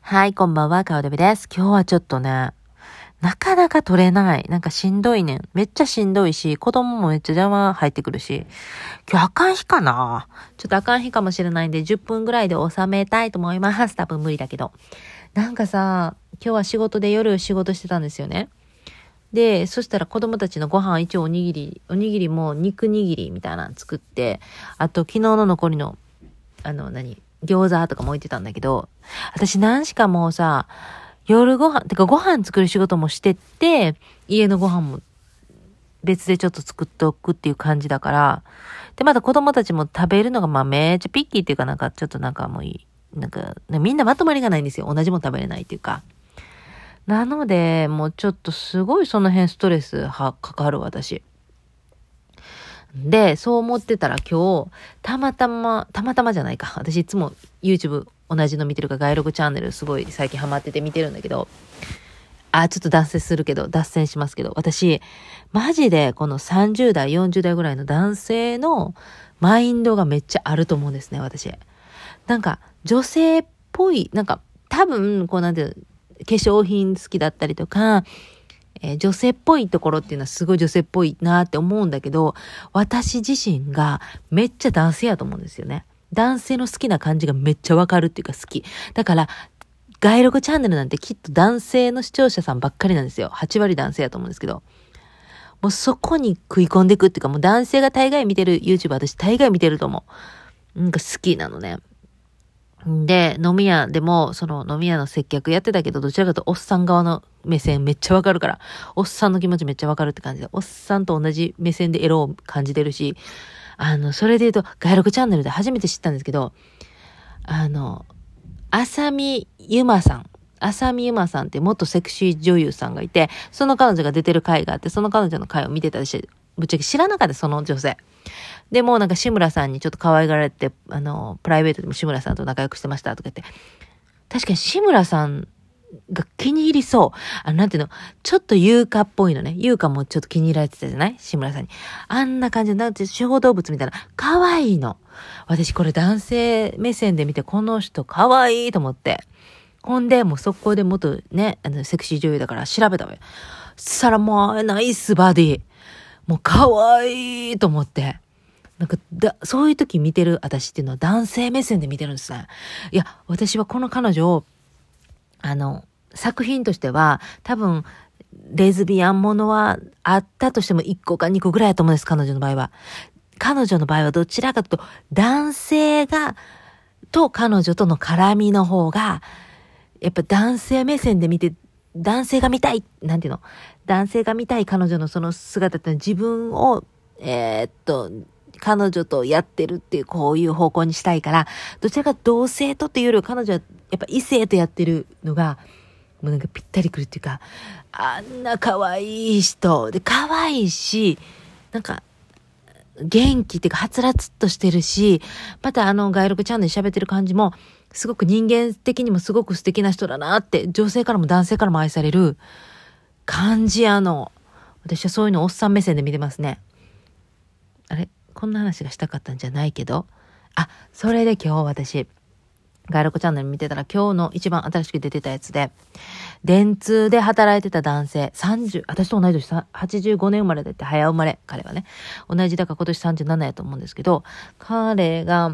はい、こんばんは、かおでびです。今日はちょっとね、なかなか取れない。なんかしんどいねん。めっちゃしんどいし、子供もめっちゃ邪魔入ってくるし、今日あかん日かな？ちょっとあかん日かもしれないんで、10分ぐらいで収めたいと思います。多分無理だけど。なんかさ、今日は仕事で夜仕事してたんですよね。で、そしたら子供たちのご飯一応おにぎりも肉握りみたいなの作って、あと昨日の残りの、餃子とかも置いてたんだけど、私何しかもうさ、夜ご飯作る仕事もしてって、家のご飯も別でちょっと作っておくっていう感じだから、で、また子供たちも食べるのがめっちゃピッキーっていうかちょっともういい。みんなまとまりがないんですよ。同じもの食べれないっていうか。なので、もうちょっとすごいその辺ストレスかかる私。で、そう思ってたら今日、たまたまじゃないか。私いつも YouTube 同じの見てるか、外録チャンネルすごい最近ハマってて見てるんだけど、ちょっと脱線しますけど、私、マジでこの30代、40代ぐらいの男性のマインドがめっちゃあると思うんですね、私。女性っぽい、多分、化粧品好きだったりとか、女性っぽいところっていうのはすごい女性っぽいなって思うんだけど、私自身がめっちゃ男性やと思うんですよね。男性の好きな感じがめっちゃわかるっていうか好き。だから、外録チャンネルなんてきっと男性の視聴者さんばっかりなんですよ。8割男性やと思うんですけど。もうそこに食い込んでいくっていうか、もう男性が大概見てる YouTube 私大概見てると思う。好きなのね。で、飲み屋でも、その飲み屋の接客やってたけど、どちらかというとおっさん側の目線めっちゃわかるから、おっさんの気持ちめっちゃわかるって感じで、おっさんと同じ目線でエロを感じてるし、それで言うと、外録チャンネルで初めて知ったんですけど、浅見ゆまさんって元セクシー女優さんがいて、その彼女が出てる回があって、その彼女の回を見てたりして、ぶっちゃけ知らなかった、その女性。でも志村さんにちょっと可愛がられて、プライベートでも志村さんと仲良くしてましたとか言って、確かに志村さんが気に入りそう。ちょっと優香っぽいのね。優香もちょっと気に入られてたじゃない志村さんに。あんな感じで、小動物みたいな。可愛いの。私これ男性目線で見て、この人可愛いと思って。ほんで、もう速攻で元ね、セクシー女優だから調べたわよ。そしたらもう、ナイスバディ。もう可愛いと思って。そういう時見てる私っていうのは男性目線で見てるんですね。いや、私はこの彼女を、作品としては、多分、レズビアンものはあったとしても1個か2個ぐらいだと思うんです、彼女の場合は。彼女の場合はどちらかというと、男性と彼女との絡みの方が、やっぱ男性目線で見て、男性が見たい、男性が見たい彼女のその姿って自分を、彼女とやってるっていう、こういう方向にしたいから、どちらか同性とっていうよりは彼女はやっぱ異性とやってるのが、もうぴったりくるっていうか、あんな可愛い人、で、可愛いし、元気っていうか、はつらつっとしてるし、また外録チャンネル喋ってる感じも、すごく人間的にもすごく素敵な人だなって、女性からも男性からも愛される感じ私はそういうのをおっさん目線で見てますね。こんな話がしたかったんじゃないけど。それで今日私、外録チャンネル見てたら今日の一番新しく出てたやつで、電通で働いてた男性、私と同い年、85年生まれだって早生まれ、彼はね。同じだから今年37やと思うんですけど、彼が、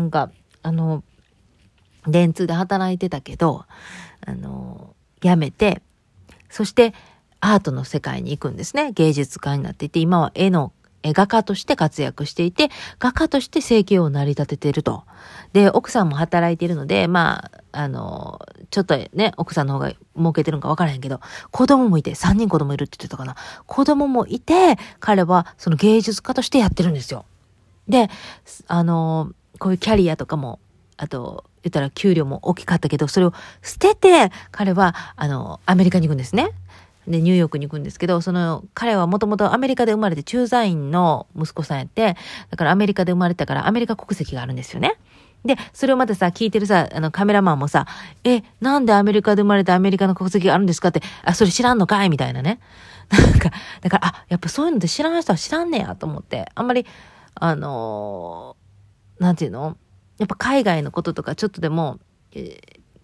電通で働いてたけど、辞めて、そしてアートの世界に行くんですね。芸術家になっていて、今は画家として活躍していて、画家として生計を成り立てていると。で、奥さんも働いているので、ちょっとね、奥さんの方が儲けてるのか分からへんけど、子供もいて、3人子供いるって言ってたかな。子供もいて、彼はその芸術家としてやってるんですよ。で、こういうキャリアとかも、あと、言ったら給料も大きかったけど、それを捨てて、彼は、アメリカに行くんですね。で、ニューヨークに行くんですけど、彼はもともとアメリカで生まれて駐在員の息子さんやって、だからアメリカで生まれたからアメリカ国籍があるんですよね。で、それをまたさ、聞いてるさ、カメラマンもさ、なんでアメリカで生まれてアメリカの国籍があるんですかって、それ知らんのかいみたいなね。だから、やっぱそういうのって知らない人は知らんねやと思って、あんまり、なんていうの？やっぱ海外のこととかちょっとでも、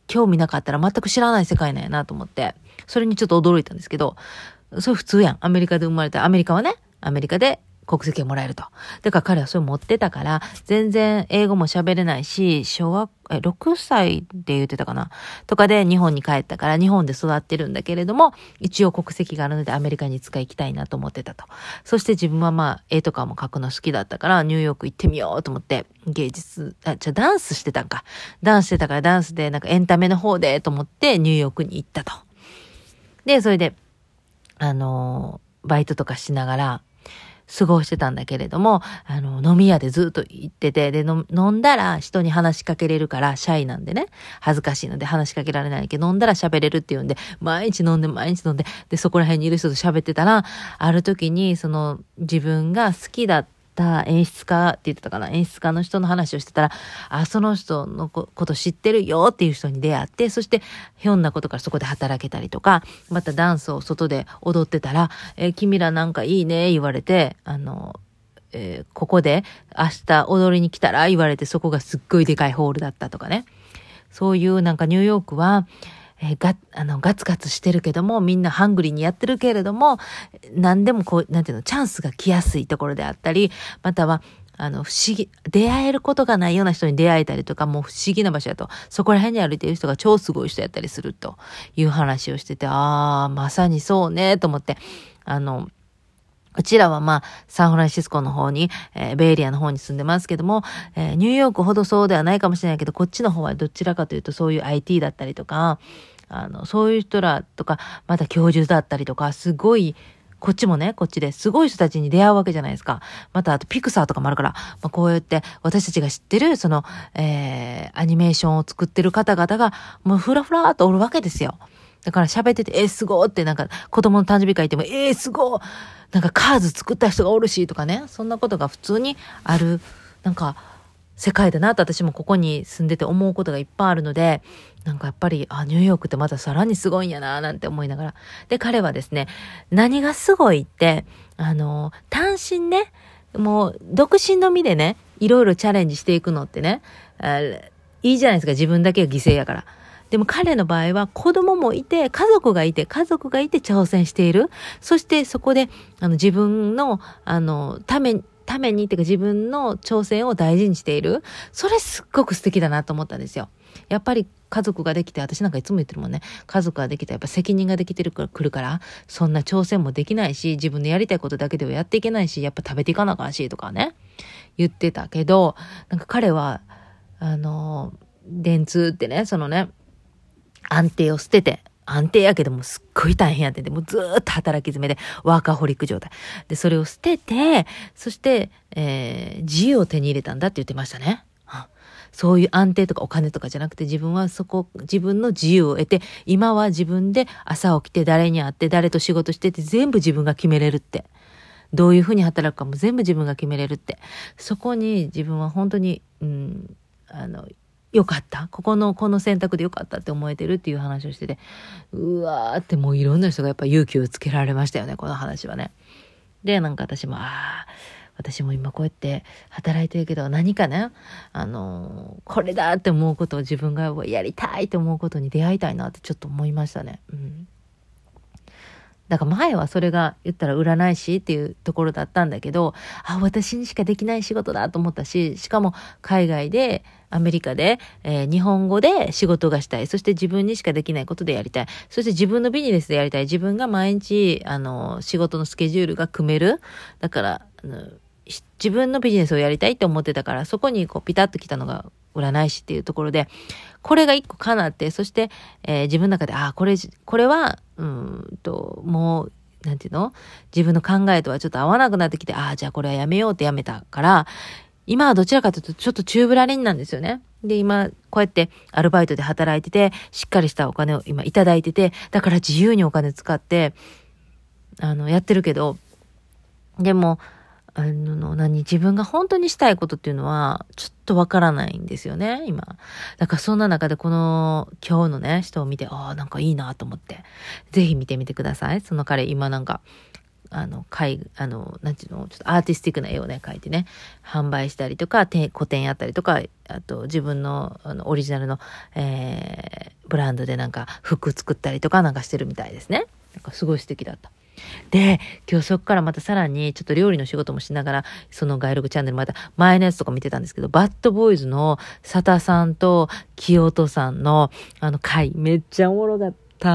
興味なかったら全く知らない世界なんやなと思って、それにちょっと驚いたんですけど、それ普通やん。アメリカで生まれた、アメリカはね、アメリカで国籍をもらえると。だから彼はそれ持ってたから、全然英語も喋れないし、6歳で言ってたかなとかで日本に帰ったから、日本で育ってるんだけれども、一応国籍があるのでアメリカにいつか行きたいなと思ってたと。そして自分は絵とかも描くの好きだったから、ニューヨーク行ってみようと思って、ダンスしてたんか。ダンスしてたからダンスでエンタメの方でと思ってニューヨークに行ったと。で、それで、バイトとかしながら過ごしてたんだけれども、飲み屋でずっと行ってて、で、飲んだら人に話しかけれるから、シャイなんでね、恥ずかしいので話しかけられないけど、飲んだら喋れるっていうんで、毎日飲んで、で、そこら辺にいる人と喋ってたら、ある時に、自分が好きだった演出家って言ってたかな、演出家の人の話をしてたら、その人のこと知ってるよっていう人に出会って、そしてひょんなことからそこで働けたりとか、またダンスを外で踊ってたら、君らなんかいいね言われて、ここで明日踊りに来たら言われて、そこがすっごいでかいホールだったとかね。そういうニューヨークは、ガツガツしてるけども、みんなハングリーにやってるけれども、何でもチャンスが来やすいところであったり、または、不思議、出会えることがないような人に出会えたりとか、もう不思議な場所だと、そこら辺に歩いている人が超すごい人やったりするという話をしてて、まさにそうね、と思って、うちらはサンフランシスコの方に、ベイエリアの方に住んでますけども、ニューヨークほどそうではないかもしれないけど、こっちの方はどちらかというとそういう IT だったりとか、そういう人らとか、また教授だったりとか、すごい、こっちもね、こっちですごい人たちに出会うわけじゃないですか。また、あとピクサーとかもあるから、こうやって私たちが知ってる、アニメーションを作ってる方々が、もうふらふらーっとおるわけですよ。だから喋ってて、すごーって子供の誕生日会行っても、すごーカーズ作った人がおるし、とかね、そんなことが普通にある、世界だなと私もここに住んでて思うことがいっぱいあるので、やっぱり、ニューヨークってまたさらにすごいんやななんて思いながら。で、彼はですね、何がすごいって、単身ね、もう、独身の身でね、いろいろチャレンジしていくのってね、いいじゃないですか、自分だけが犠牲やから。でも彼の場合は子供もいて、家族がいて挑戦している。そしてそこで、自分の、ためにっていうか自分の挑戦を大事にしている。それすっごく素敵だなと思ったんですよ。やっぱり家族ができて、私なんかいつも言ってるもんね。家族ができてやっぱ責任ができてくるから、そんな挑戦もできないし、自分のやりたいことだけではやっていけないし、やっぱ食べていかなあかんし、とかね。言ってたけど、彼は、電通ってね、安定を捨てて、安定やけどもすっごい大変やってて、もうずーっと働き詰めでワーカーホリック状態。で、それを捨てて、そして、自由を手に入れたんだって言ってましたね。そういう安定とかお金とかじゃなくて、自分は自分の自由を得て、今は自分で朝起きて誰に会って誰と仕事してって全部自分が決めれるって。どういうふうに働くかも全部自分が決めれるって。そこに自分は本当に、よかった。この選択でよかったって思えてるっていう話をしてて、うわーってもういろんな人がやっぱ勇気をつけられましたよね、この話はね。で、私も、私も今こうやって働いてるけど、何かね、これだって思うことを自分がやりたいって思うことに出会いたいなってちょっと思いましたね。うん。だから前はそれが言ったら占い師っていうところだったんだけど、私にしかできない仕事だと思ったし、しかも海外で、アメリカで、日本語で仕事がしたい。そして自分にしかできないことでやりたい。そして自分のビジネスでやりたい。自分が毎日、仕事のスケジュールが組める。だから、自分のビジネスをやりたいって思ってたから、そこにピタッと来たのが占い師っていうところで、これが一個叶って、そして、自分の中で、これは、もう、なんていうの？自分の考えとはちょっと合わなくなってきて、じゃあこれはやめようってやめたから、今はどちらかというとちょっと宙ぶらりんなんですよね。で、今、こうやってアルバイトで働いてて、しっかりしたお金を今いただいてて、だから自由にお金使って、やってるけど、でも、自分が本当にしたいことっていうのは、ちょっとわからないんですよね、今。だからそんな中で今日のね、人を見て、なんかいいなと思って。ぜひ見てみてください。その彼、今なんていうの、ちょっとアーティスティックな絵をね、描いてね、販売したりとか、個展やったりとか、あと自分の、オリジナルの、ブランドでなんか服作ったりとかなんかしてるみたいですね。なんかすごい素敵だった。で、今日そっからまたさらにちょっと料理の仕事もしながら、その外録チャンネルまた前のやつとか見てたんですけど、バッドボーイズの佐田さんと清人さんの回、めっちゃおもろかった。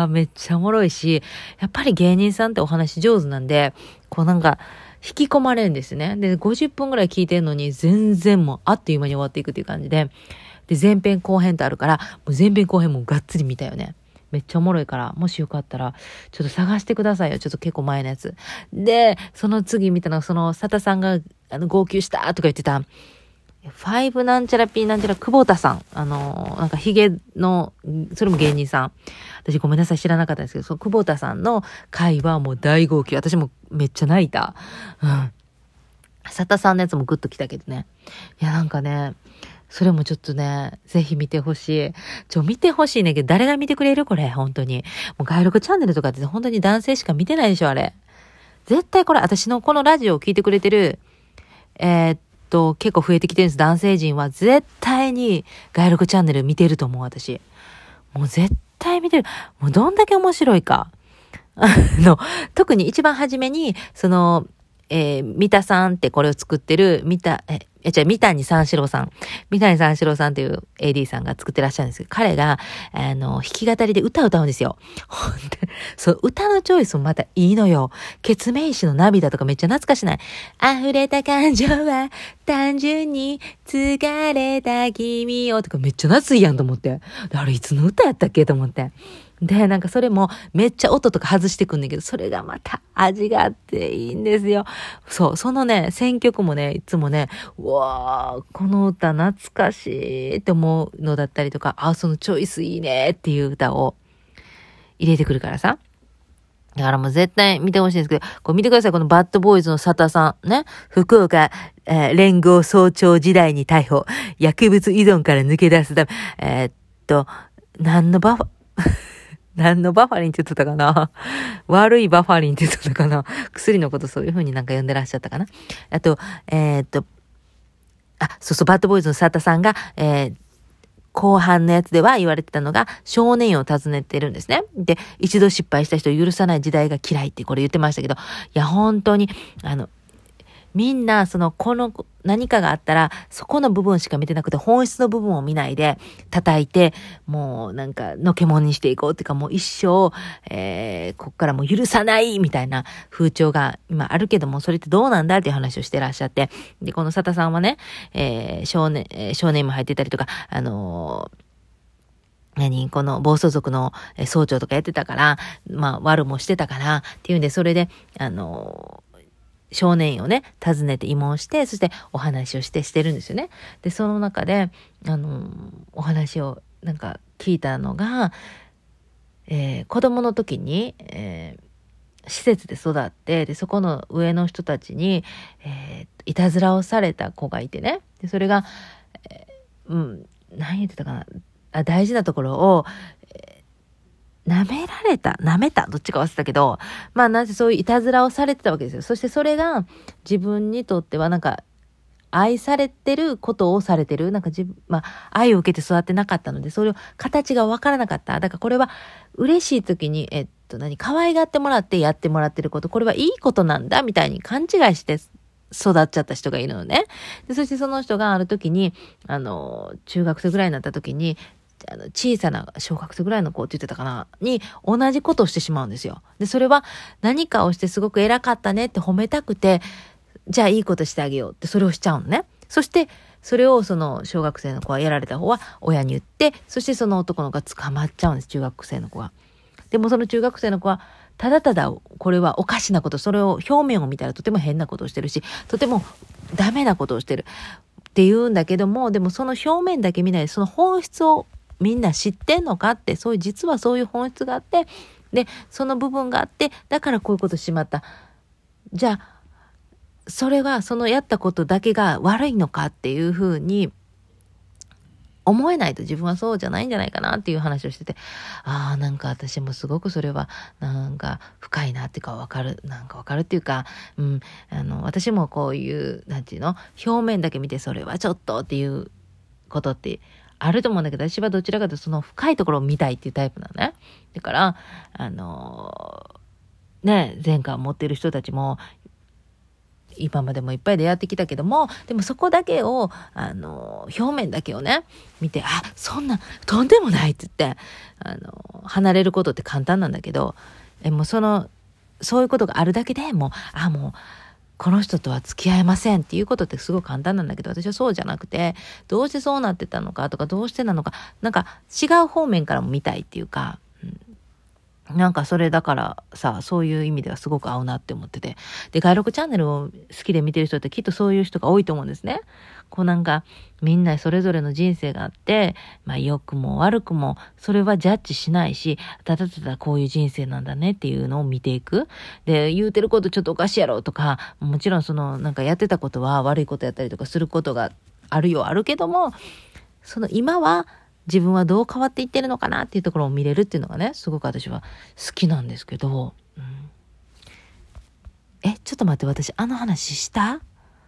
めっちゃおもろいし、やっぱり芸人さんってお話上手なんで、こうなんか、引き込まれるんですね。で、50分ぐらい聞いてるのに、全然もうあっという間に終わっていくっていう感じで、で、前編後編とあるから、もう前編後編もがっつり見たよね。めっちゃおもろいから、もしよかったら、ちょっと探してくださいよ。ちょっと結構前のやつ。で、その次見たのが、その、佐田さんが、号泣したとか言ってた、5なんちゃら P なんちゃら久保田さん。なんかヒゲの、それも芸人さん。私ごめんなさい、知らなかったんですけど、その久保田さんの回はもう大号泣。私もめっちゃ泣いた。うん。佐田さんのやつもグッときたけどね。いや、なんかね、それもちょっとね、ぜひ見てほしい。見てほしいねんけど、誰が見てくれるこれ、本当に。もう外録チャンネルとかって本当に男性しか見てないでしょ、あれ。絶対これ、私のこのラジオを聞いてくれてる、結構増えてきてるんです。男性陣は絶対に外録チャンネル見てると思う、私。もう絶対見てる。もうどんだけ面白いか。特に一番初めに、三田さんってこれを作ってる、三谷三四郎さん。三谷三四郎さんっていう AD さんが作ってらっしゃるんですけど、彼が、弾き語りで歌を歌うんですよ。ほんで、そう、歌のチョイスもまたいいのよ。ケツメイシの涙とかめっちゃ懐かしない。溢れた感情は単純に疲れた君をとかめっちゃ夏いやんと思って。あれいつの歌やったっけと思って。で、なんかそれもめっちゃ音とか外してくんねんけど、それがまた味があっていいんですよ。そう、そのね、選曲もね、いつもね、うわー、この歌懐かしいって思うのだったりとか、そのチョイスいいねっていう歌を入れてくるからさ。だからもう絶対見てほしいんですけど、こう見てください。このバッドボーイズの佐田さんね。福岡、連合総長時代に逮捕。薬物依存から抜け出すため、何のバファリンって言ってたかな。悪いバファリンって言ってたかな。薬のことそういう風になんか呼んでらっしゃったかな。あと、そうそう、バッドボーイズの佐田さんが、後半のやつでは言われてたのが、少年院を訪ねてるんですね。で、一度失敗した人を許さない時代が嫌いってこれ言ってましたけど、いや、本当に、みんな、何かがあったら、そこの部分しか見てなくて、本質の部分を見ないで、叩いて、もうなんか、のけもんにしていこうっていうか、もう一生、こっからもう許さないみたいな風潮が今あるけども、それってどうなんだっていう話をしてらっしゃって、で、この佐田さんはね、少年も入ってたりとか、この暴走族の総長とかやってたから、悪もしてたから、っていうんで、それで、少年院をね、訪ねて慰問して、そしてお話をしてるんですよね。で、その中で、お話をなんか聞いたのが、子供の時に、施設で育って、で、そこの上の人たちに、いたずらをされた子がいてね。で、それが、何言ってたかな。大事なところを、舐めた、どっちか忘れたけど、なぜそういういたずらをされてたわけですよ。そしてそれが自分にとってはなんか、愛されてることをされてる。なんか愛を受けて育ってなかったので、それを形がわからなかった。だからこれは嬉しい時に、可愛がってもらってやってもらってること、これはいいことなんだ、みたいに勘違いして育っちゃった人がいるのね。で、そしてその人がある時に、中学生ぐらいになった時に、小さな小学生ぐらいの子って言ってたかなに同じことをしてしまうんですよ。で、それは何かをしてすごく偉かったねって褒めたくて、じゃあいいことしてあげようってそれをしちゃうのね。そして、それをその小学生の子はやられた方は親に言って、そしてその男の子が捕まっちゃうんです、中学生の子が。でもその中学生の子は、ただただこれはおかしなこと、それを表面を見たらとても変なことをしてるし、とてもダメなことをしてるって言うんだけども、でもその表面だけ見ないで、その本質をみんな知ってんのかって、実はそういう本質があって、で、その部分があって、だからこういうことしまった。じゃあ、それはそのやったことだけが悪いのかっていうふうに思えないと自分はそうじゃないんじゃないかなっていう話をしてて、なんか私もすごくそれはなんか深いなっていうかわかるっていうか、私もこういうなんていうの、表面だけ見てそれはちょっとっていうことってあると思うんだけど、私はどちらかというとその深いところを見たいっていうタイプなのね。だから前科を持ってる人たちも今までもいっぱい出会ってきたけども、でもそこだけを表面だけをね見て、そんなとんでもないって言って離れることって簡単なんだけど、もうそういうことがあるだけでもうこの人とは付き合えませんっていうことってすごい簡単なんだけど、私はそうじゃなくて、どうしてそうなってたのかとか、どうしてなのか、なんか違う方面からも見たいっていうか、なんかそれだからさ、そういう意味ではすごく合うなって思ってて。で、外録チャンネルを好きで見てる人ってきっとそういう人が多いと思うんですね。こうなんかみんなそれぞれの人生があって、良くも悪くもそれはジャッジしないし、ただただこういう人生なんだねっていうのを見ていく。で、言うてることちょっとおかしいやろとか、もちろんなんかやってたことは悪いことやったりとかすることがあるけども、今は自分はどう変わっていってるのかなっていうところを見れるっていうのがね、すごく私は好きなんですけど、ちょっと待って、私話した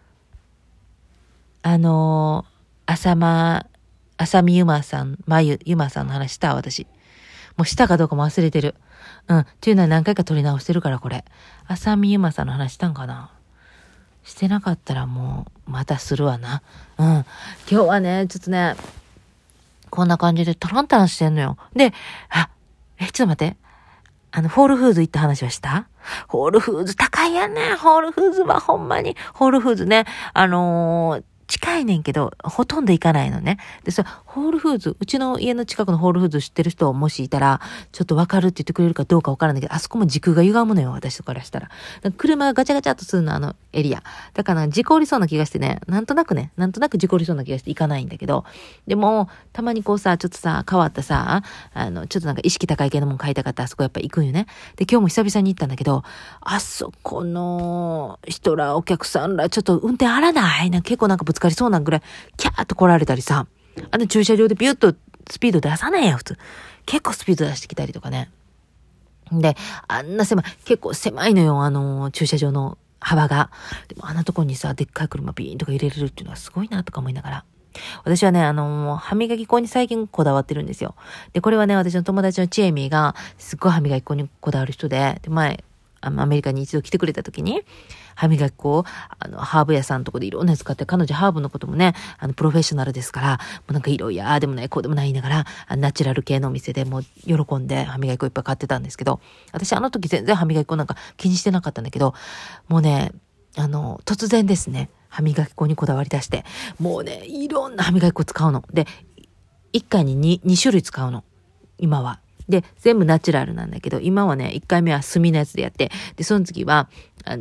浅見ゆまさんの話した私。もうしたかどうかも忘れてる。っていうのは何回か撮り直してるから、これ。浅見ゆまさんの話したんかな？してなかったらもう、またするわな。今日はね、ちょっとね、こんな感じでタランタランしてんのよ。で、ちょっと待って。ホールフーズ行った話はした？ホールフーズ高いやね。ホールフーズはほんまに。ホールフーズね。近いねんけど、ほとんど行かないのね。で、ホールフーズ、うちの家の近くのホールフーズ知ってる人もしいたら、ちょっとわかるって言ってくれるかどうかわからないけど、あそこも時空が歪むのよ、私からしたら。車がガチャガチャっとするの、エリア。だから、事故りそうな気がしてね、なんとなく事故りそうな気がして行かないんだけど、でも、たまにこうさ、ちょっとさ、変わったさ、ちょっとなんか意識高い系のもん買いたかったら、あそこやっぱ行くんよね。で、今日も久々に行ったんだけど、あそこの人ら、お客さんら、ちょっと運転荒ない結構なんかぶつかりそうなぐらい、キャーッと来られたりさ、駐車場でビュッとスピード出さないやん、普通。結構スピード出してきたりとかね。で、あんな結構狭いのよ、駐車場の幅が。でもあんなとこにさ、でっかい車ビーンとか入れれるっていうのはすごいなとか思いながら。私はね、歯磨き粉に最近こだわってるんですよ。で、これはね、私の友達のチェイミーが、すっごい歯磨き粉にこだわる人で、前、アメリカに一度来てくれた時に、歯磨き粉を、ハーブ屋さんのとこでいろんなやつ買って、彼女ハーブのこともね、プロフェッショナルですから、もうなんかいろいろ、でもない、こうでもない言いながら、ナチュラル系のお店でもう喜んで歯磨き粉いっぱい買ってたんですけど、私あの時全然歯磨き粉なんか気にしてなかったんだけど、もうね、突然ですね、歯磨き粉にこだわり出して、もうね、いろんな歯磨き粉使うの。で、1回に 2種類使うの。今は。で、全部ナチュラルなんだけど、今はね、1回目は炭のやつでやって、で、その次は、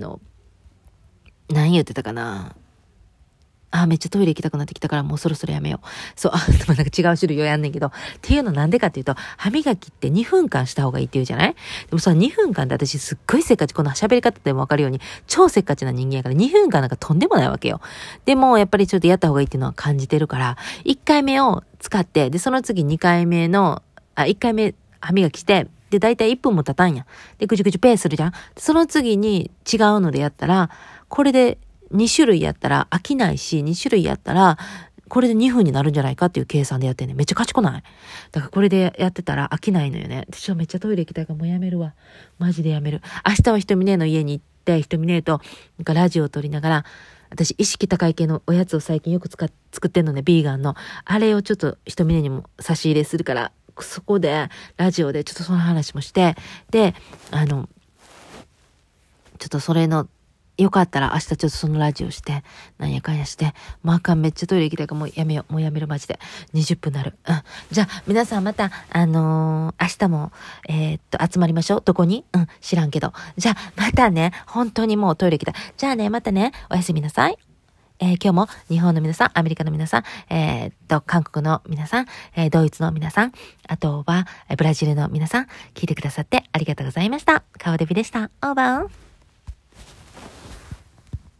何言ってたかな。めっちゃトイレ行きたくなってきたからもうそろそろやめよう。そう、でもなんか違う種類をやんねんけど、っていうのなんでかっていうと、歯磨きって2分間した方がいいって言うじゃない？でもその2分間で私すっごいせっかち、この喋り方でもわかるように、超せっかちな人間やから2分間なんかとんでもないわけよ。でもやっぱりちょっとやった方がいいっていうのは感じてるから、1回目を使って、で、その次2回目の、1回目歯磨きして、で、だいたい1分も経たんや。で、ぐちゅぐちゅペーするじゃん。その次に違うのでやったら、これで2種類やったら飽きないし、2種類やったら、これで2分になるんじゃないかっていう計算でやってんね。めっちゃ賢ない？だからこれでやってたら飽きないのよね。私はめっちゃトイレ行きたいからもうやめるわ。マジでやめる。明日はひとみねの家に行って、ひとみねとなんかラジオを撮りながら、私意識高い系のおやつを最近よく作ってんのね、ビーガンの。あれをちょっとひとみねにも差し入れするから、そこでラジオでちょっとその話もして、で、ちょっとそれのよかったら明日ちょっとそのラジオして、なんやかんやして、あかん、めっちゃトイレ行きたいからもうやめよう。もうやめるマジで。20分なる。じゃあ、皆さんまた、明日も、集まりましょう。どこに？知らんけど。じゃあ、またね、本当にもうトイレ行きたい。じゃあね、またね、おやすみなさい。今日も日本の皆さん、アメリカの皆さん、韓国の皆さん、ドイツの皆さん、あとはブラジルの皆さん、聞いてくださってありがとうございました。顔デビでした。オーバー。